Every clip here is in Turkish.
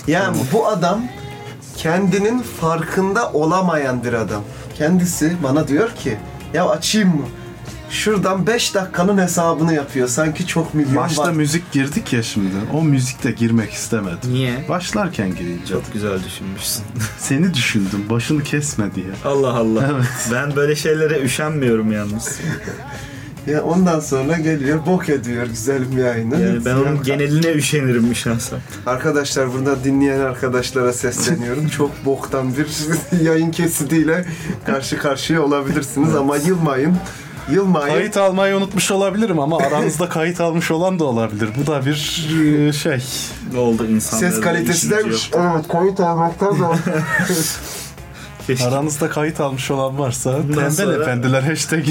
Yani bu adam kendinin farkında olamayan bir adam. Kendisi bana diyor ki ya açayım mı? Şuradan 5 dakikanın hesabını yapıyor. Sanki çok milyon Başta var. müzik girdik ya şimdi. O müzikte girmek istemedim. Niye? Başlarken gireyim. Çok güzel düşünmüşsün. Seni düşündüm. Başını kesme diye. Allah Allah. Evet. Ben böyle şeylere üşenmiyorum yalnız. Ya ondan sonra geliyor bok ediyor güzelim yayını. Yani ben onun geneline üşenirim şahsen. Arkadaşlar burada dinleyen arkadaşlara sesleniyorum. Çok boktan bir yayın kesitiyle karşı karşıya olabilirsiniz ama yılmayın. Kayıt almayı unutmuş olabilirim ama aranızda kayıt almış olan da olabilir. Bu da bir şey. Ne oldu insanların Ses kalitesi de işi yok. evet kayıt almaktan da Keşke. Aranızda kayıt almış olan varsa tembel sonra- efendiler hashtag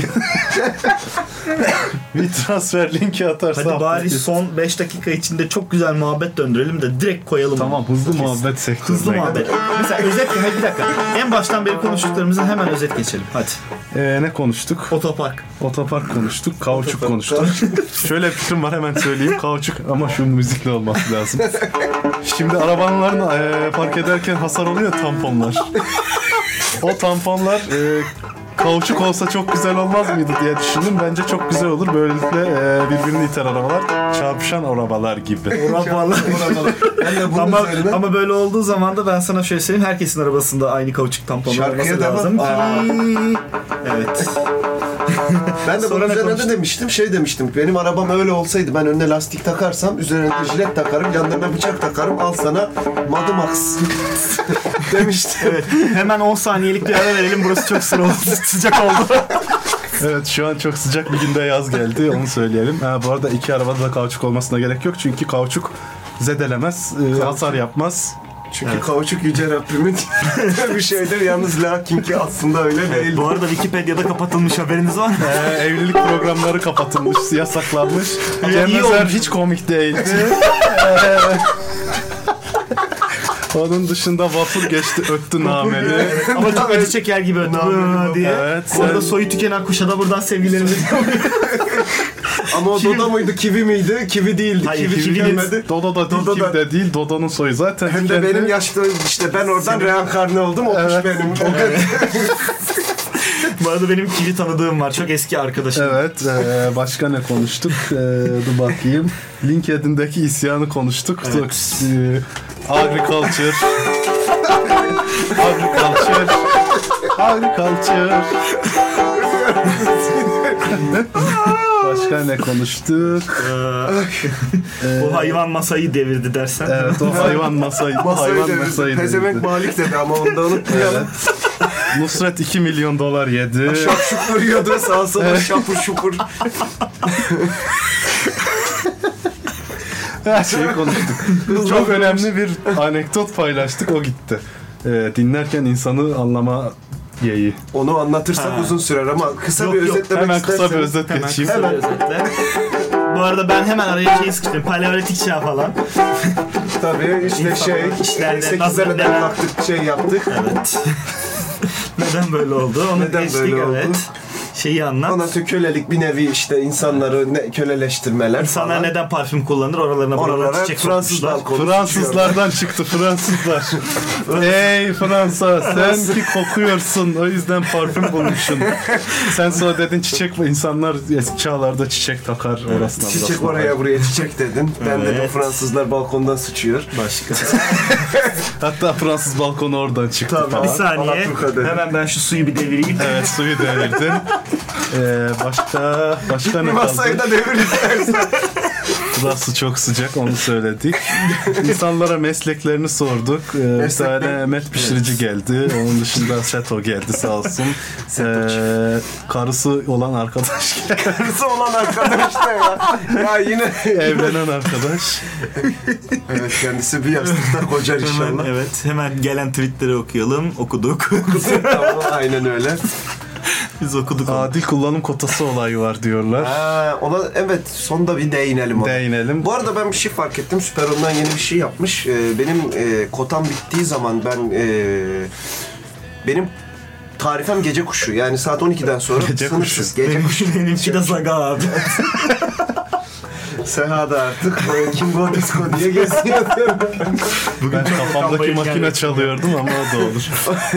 bir transfer linki atarsa Hadi bari hafta- son 5 dakika içinde çok güzel muhabbet döndürelim de direkt koyalım. Tamam, hızlı muhabbet sektörüne. Hızlı muhabbet. Mesela özet, hadi bir dakika. En baştan beri konuştuklarımızı hemen özet geçelim. Hadi. Ne konuştuk? Otopark. Otopark konuştuk, kauçuk konuştuk. Şöyle bir fikrim var, hemen söyleyeyim. Kauçuk ama şu müzikle olması lazım. Şimdi arabalarını park ederken hasar oluyor ya, tamponlar. O tamponlar kauçuk olsa çok güzel olmaz mıydı diye düşündüm. Bence çok güzel olur. Böylelikle birbirini iter arabalar. Çarpışan arabalar gibi. ben de bunun üzerine Ama böyle olduğu zaman da ben sana şöyle söyleyeyim. Herkesin arabasında aynı kauçuk tamponlar Şarkıya olması devam. lazım ki. Evet. ben de Sonra bunun ne üzerine de konuştuk? demiştim. Benim arabam öyle olsaydı ben önüne lastik takarsam üzerine de jilet takarım, yanlarına bıçak takarım. Al sana Madımax demiştim. Evet. Hemen 10 saniyelik bir ara verelim. Burası çok sıcak oldu. Evet, şu an çok sıcak bir günde yaz geldi, onu söyleyelim. Bu arada iki arabada da kauçuk olmasına gerek yok. Çünkü kauçuk zedelemez, hasar yapmaz. Çünkü kauçuk Yüce Rabbimin bir şeydir. Yalnız lakin ki aslında öyle değil. Bu arada Wikipedia'da kapatılmış, haberiniz var mı? Evlilik programları kapatılmış, yasaklanmış. iyi Cem Özer olmuş. hiç komik değil. Onun dışında vapur geçti, öttü nameli. Ama çok acı çeker gibi öttü diye. Evet, Bu arada sen- soyu tükenen kuşa da buradan sevgilerimizi Ama o Dodo muydu, Kivi miydi? Kivi değildi. Hayır, Kivi Kivi tükenmedi. Dodo da değil, Dodo Kim da- de değil. Dodo'nun soyu zaten. Hem de tükendi. benim yaşta işte ben oradan reenkarne oldum. O kuş Evet. benim. Bu arada benim kivi tanıdığım var. Çok eski arkadaşım. Evet, başka ne konuştuk? Dur bakayım. LinkedIn'deki isyanı konuştuk. Evet. Agriculture. Agriculture. Başka ne konuştuk? O hayvan masayı devirdi dersen. Evet, o hayvan masayı. Masayı Pezevenk Malik dedi ama onu da unutmayalım. Nusret 2 milyon dolar yedi. Şapşukur yiyordu sağa sola şapur şupur. Her şeyi konuştuk. Çok önemli bir anekdot paylaştık, o gitti. Dinlerken insanı anlama yeği. Onu anlatırsak uzun sürer ama kısa bir özetlemek Hemen istersen. kısa bir özet Hemen geçeyim. kısa bir özetle. Bu arada ben hemen araya şey sıkıştım. Paleolitik çağ falan. Tabii işte İnsanlar işlerinde 8'lere nasıl de devam- kalktık yaptık. Evet. Neden böyle oldu? Onu Neden geçtik, böyle oldu? evet. Şeyi anlat. Ondan sonra kölelik bir nevi işte insanları köleleştirmeler İnsanlar falan. neden parfüm kullanır? Oralarına Oralara çiçek Fransız sokmuşlar. balkonu. Fransızlardan çıktı, Fransızlar. Ey Fransa, sen ki kokuyorsun, o yüzden parfüm bulmuşsun. Sen sonra dedin çiçek, insanlar eski çağlarda çiçek takar orasına. Çiçek burasına. oraya buraya çiçek dedin. Ben dedim Evet. Fransızlar balkondan sıçıyor. Başka. Hatta Fransız balkonu oradan çıktı Tabii. falan. Bir saniye. Alaturka'da. Hemen ben şu suyu bir devireyim. Evet, suyu devirdin. Başka ne Masayı kaldı? da devir istersen. Burası çok sıcak, onu söyledik. İnsanlara mesleklerini sorduk. Bir tane met pişirici geldi. Onun dışında Seto geldi sağ olsun. Karısı olan arkadaş geldi. Karısı olan arkadaş da ya. Ya yine. Evlenen arkadaş. Evet kendisi bir yastıkta kocar inşallah. Hemen, evet. Hemen gelen tweetleri okuyalım. Okuduk. Tamam aynen öyle. Biz okuduk. onu. Adil kullanım kotası olayı var diyorlar. Ona evet sonda bir değinelim ona. Değinelim. Bu arada ben bir şey fark ettim. Süperon'dan yeni bir şey yapmış. Benim kotam bittiği zaman benim tarifem gece kuşu. Yani saat 12'den sonra Gece sınırsız. kuşu. Gece kuşu. Benimki de Saga abi. Seha da artık Kingo Disco diye geziyor. Ben kafamdaki makine çalıyordum ama o da olur.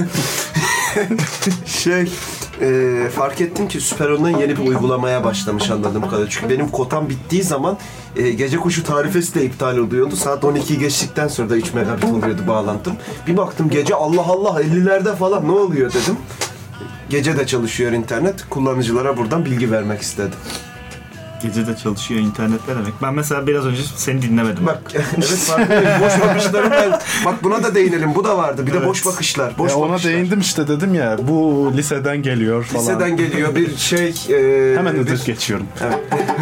Fark ettim ki Süper On'dan yeni bir uygulamaya başlamış anladığım kadarıyla. Çünkü benim kotam bittiği zaman gece kuşu tarifesi de iptal oluyordu. Saat 12'yi geçtikten sonra da 3 megabit oluyordu bağlantım. Bir baktım gece Allah 50'lerde falan ne oluyor dedim. Gece de çalışıyor internet. Kullanıcılara buradan bilgi vermek istedim. Gece de çalışıyor internet ne demek? Ben mesela biraz önce seni dinlemedim. Bak evet farkındayım. Boş bakışlarım ben. Bak buna da değinelim. Bu da vardı. Bir de boş bakışlar. Boş ona bakışlar. değindim işte dedim ya. Bu liseden geliyor falan. Liseden geliyor bir şey. Hemen ödül geçiyorum. Evet.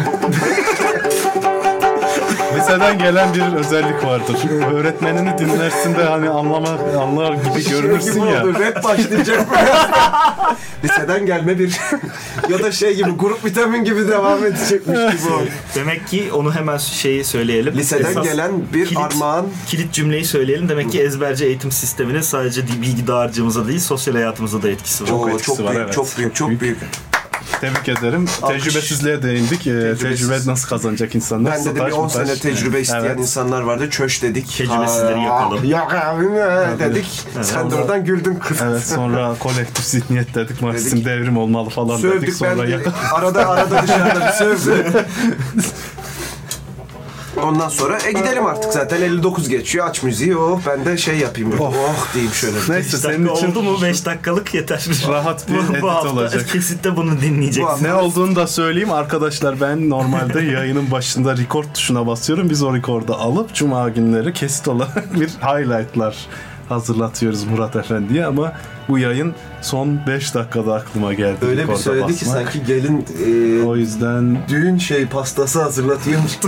Liseden gelen bir özellik vardır. Öğretmenini dinlersin de hani anlar gibi görünürsün gibi ya. Oldu, rap başlayacak. Liseden gelme bir ya da şey gibi grup vitamin gibi devam edecekmiş gibi oldu. Demek ki onu hemen söyleyelim. Liseden gelen bir armağan. Kilit cümleyi söyleyelim. Demek ki ezberci eğitim sisteminin sadece bilgi dağarcığımıza değil sosyal hayatımıza da etkisi var. Çok büyük, evet. çok büyük. Tebrik ederim. Alkış. Tecrübesizliğe değindik. Tecrübe nasıl kazanacak insanlar? Ben de bir 10 sene tecrübe isteyen insanlar vardı. Çöş dedik. Tecrübesizleri yakalım. Yok abi dedik. Evet. Sen de oradan güldün kız. Evet, sonra kolektif zihniyet dedik. Marksizm devrim olmalı falan Sövdük, dedik. Sonra arada dışarıda bir sövdü. Ondan sonra gidelim artık zaten 59 geçiyor. Aç müziği. Ben de şey yapayım. Diyeyim şöyle. Neyse senin için oldu mu 5 dakikalık yeter. Rahat bir edit bu hafta olacak. kesitte bunu dinleyeceksin. Ne olduğunu da söyleyeyim arkadaşlar, ben normalde yayının başında record tuşuna basıyorum. Biz o rekordu alıp cuma günleri kesit olarak bir highlightlar hazırlatıyoruz Murat Efendi'ye ama bu yayın son 5 dakikada aklıma geldi. Öyle bir söyledi basmak. ki sanki gelin o yüzden düğün pastası hazırlatıyormuş gibi.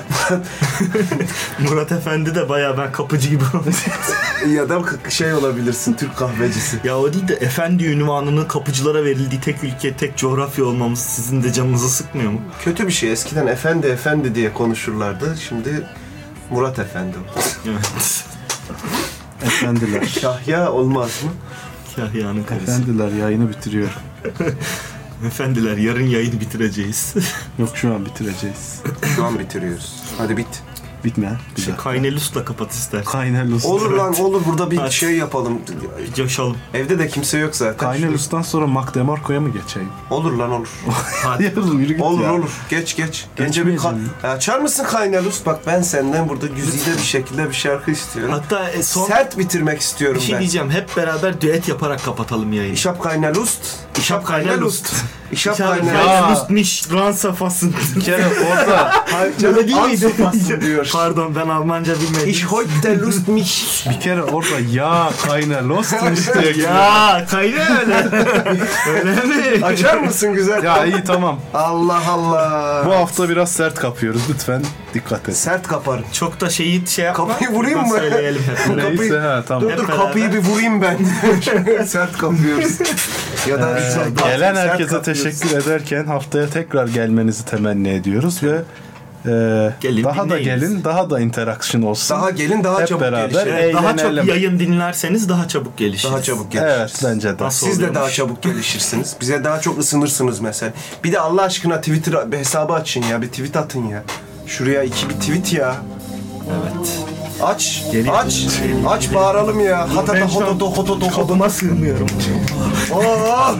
Murat Efendi de bayağı ben kapıcı gibi ya da olabilirsin, Türk kahvecisi. Ya o değil de efendi ünvanının kapıcılara verildiği tek ülke, tek coğrafya olmamız sizin de canınızı sıkmıyor mu? Kötü bir şey. Eskiden efendi diye konuşurlardı. Şimdi Murat Efendi. Evet. efendiler. Kahya olmaz mı? Kahya'nın karısı. Efendiler yayını bitiriyor. Efendiler yarın yayını bitireceğiz. Yok şu an bitireceğiz. Şu an bitiriyoruz. Hadi bit. Bitme. Kaynelus'la kapat istersen. Kaynelus. Olur lan olur, burada bir Hadi. şey yapalım. Coşalım. Evde de kimse yok zaten. Kaynelus'tan sonra Mac DeMarco'ya mı geçeyim? Olur lan olur. Hadi. Yürü git Olur ya. olur. Geç. Önce bir açar mısın Kaynelus? Bak ben senden burada güzide bir şekilde bir şarkı istiyorum. Hatta son Sert bitirmek istiyorum bir şey ben. diyeceğim. Hep beraber düet yaparak kapatalım yayını. Ich hab keine Lust. Ich hab keine Lust. Ich hab keine Lust. Keine Lust nicht. Ran safasın. Bir kere orada Öyle değil miydi? Ansufasın diyor. Pardon ben Almanca bilmedim. Ich heute Lust mich. bir kere orada ya Kaynelos'muş diye giriyor. Ya kaydı öyle. Öyle mi? Açar mısın güzel? Ya iyi tamam. Allah Allah. Bu hafta biraz sert kapıyoruz. Lütfen dikkat et. Sert kaparım. Çok da şey yapma. Kapıyı vurayım mı? Söyleyelim hep. Neyse tamam. Dur Hep kapıyı bir vurayım ben. Sert kapıyoruz. Ya da Gelen sert herkese kapıyoruz. teşekkür ederken haftaya tekrar gelmenizi temenni ediyoruz ve Gelin, daha da dinleyiniz. gelin, daha da interaction olsun. Daha gelin, daha Hep çabuk beraber gelişelim. Daha çok eğlenelim. yayın dinlerseniz daha çabuk gelişiriz. Daha çabuk gelişiriz. Evet bence de. Nasıl Siz de oluyormuş? daha çabuk gelişirsiniz. Bize daha çok ısınırsınız mesela. Bir de Allah aşkına Twitter bir hesabı açın ya. Bir tweet atın ya. Şuraya bir tweet ya. Evet. Aç. Geliyor. Aç bağıralım ya. Hatata Ben şu an hototo. Kabıma sığmıyorum. Aa!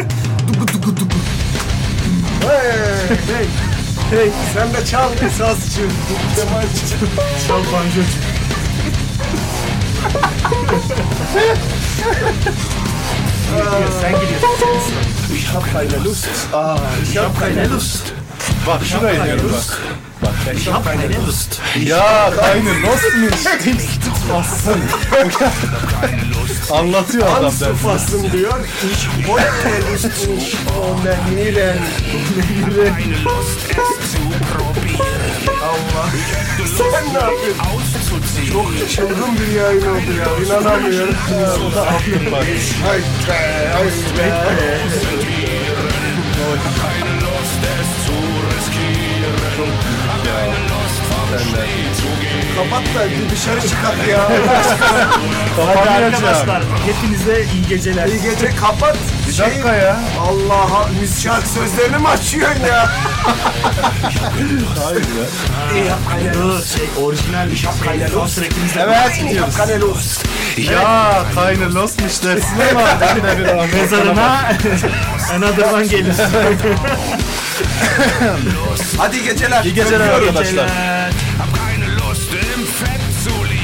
Hey, sen de çal esasçı. Çal banjocu. Sen gidiyorsun. Ich hab keine Lust. Ich hab keine Lust. Bak şuraya iniyorum bak. Bak. Ich hab keine Lust. Ya Kaynelos'muş. Bassın. Anlatıyor adam dersin. Ansufasın diyor. Ich heute Lust mich onanieren. Allah. Sen ne yapıyorsun? Çok çılgın bir yayın oldu ya. İnanamıyorum. O da aklım bak. Kapat da bir dışarı çıkart ya. Hadi arkadaşlar hepinize iyi geceler. İyi gece kapat. Bir dakika ya. Allah'a şarkı sözlerini mi açıyorsun ya? Hayır ya. Orijinal şapkayla los track'imizde. Evet gidiyoruz. Kanelos. Ya Kaynı Los'muş dersin ama yine bir Ahmet Mezarına Another'dan gelir. Hadi geceler. İyi geceler Öpüyorum. arkadaşlar. Geceler. Hab keine Lust im Fett zu liegen.